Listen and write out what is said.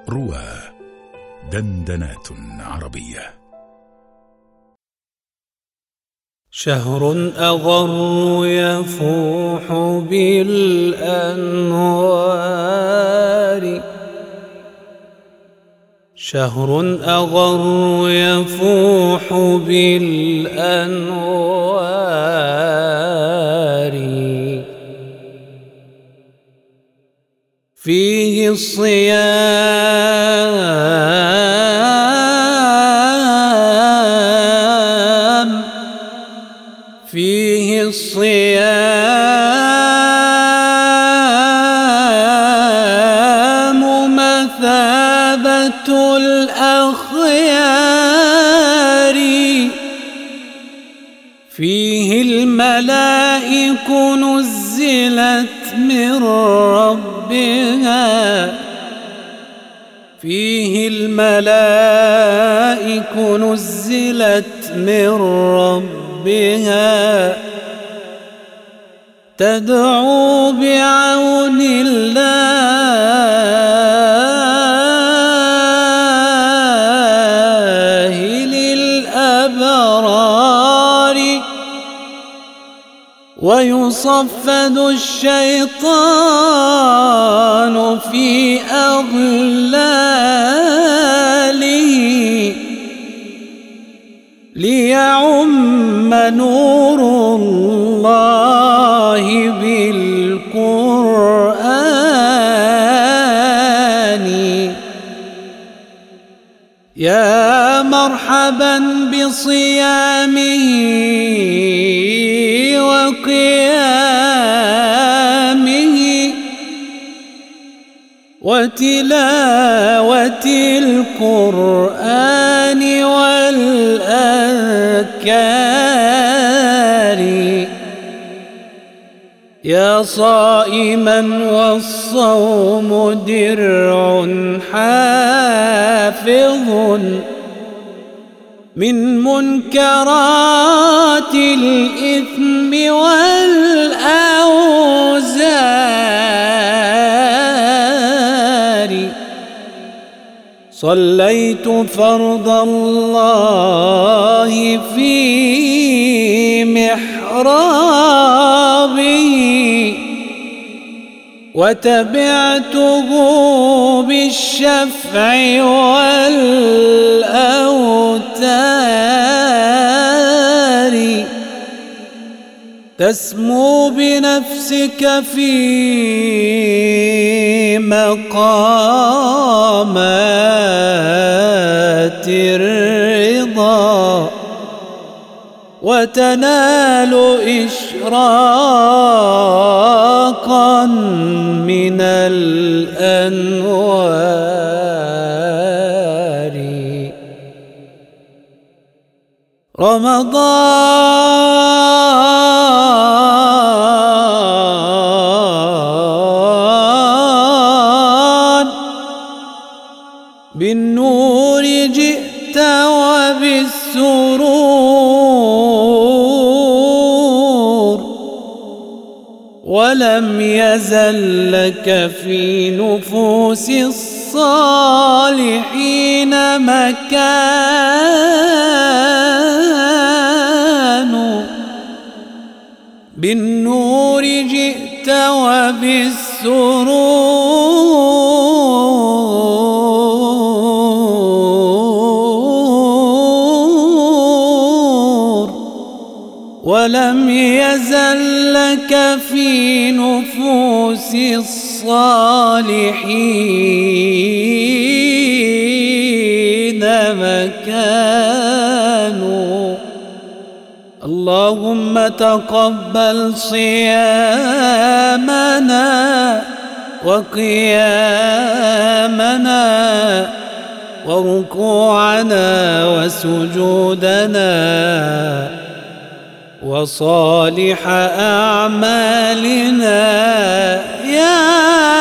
روى دندنات عربية. شهر أغر يفوح بالأنوار، شهر أغر يفوح بالأنوار، فيه الصيام، فيه الصيام مثابة الأخيار، فيه الملائك نزلت من ربها، فيه الملائك نزلت من ربها، تدعو بعون الله للأبرار، ويصفد الشيطان في أغلاله، ليعم نور الله بالقرآن. يا مرحبا بصيامه وقيامه وتلاوة القرآن والأذكار، يا صائما والصوم درع حافظ من منكرات الإثم والأوزار. صليت فرض الله في محرابه، وتبعته بالشفع والأوتار، تسمو بنفسك في مقامات الرضا، وتنال إشراقا من الأنوار. رمضان بالنور جئت وبالسرور، ولم يزل لك في نفوس الصالحين مكان. بالنور جئت وبالسرور، ولم يزل لك في نفوس الصالحين مكان. اللهم تقبل صيامنا وقيامنا وركوعنا وسجودنا وصالح أعمالنا يا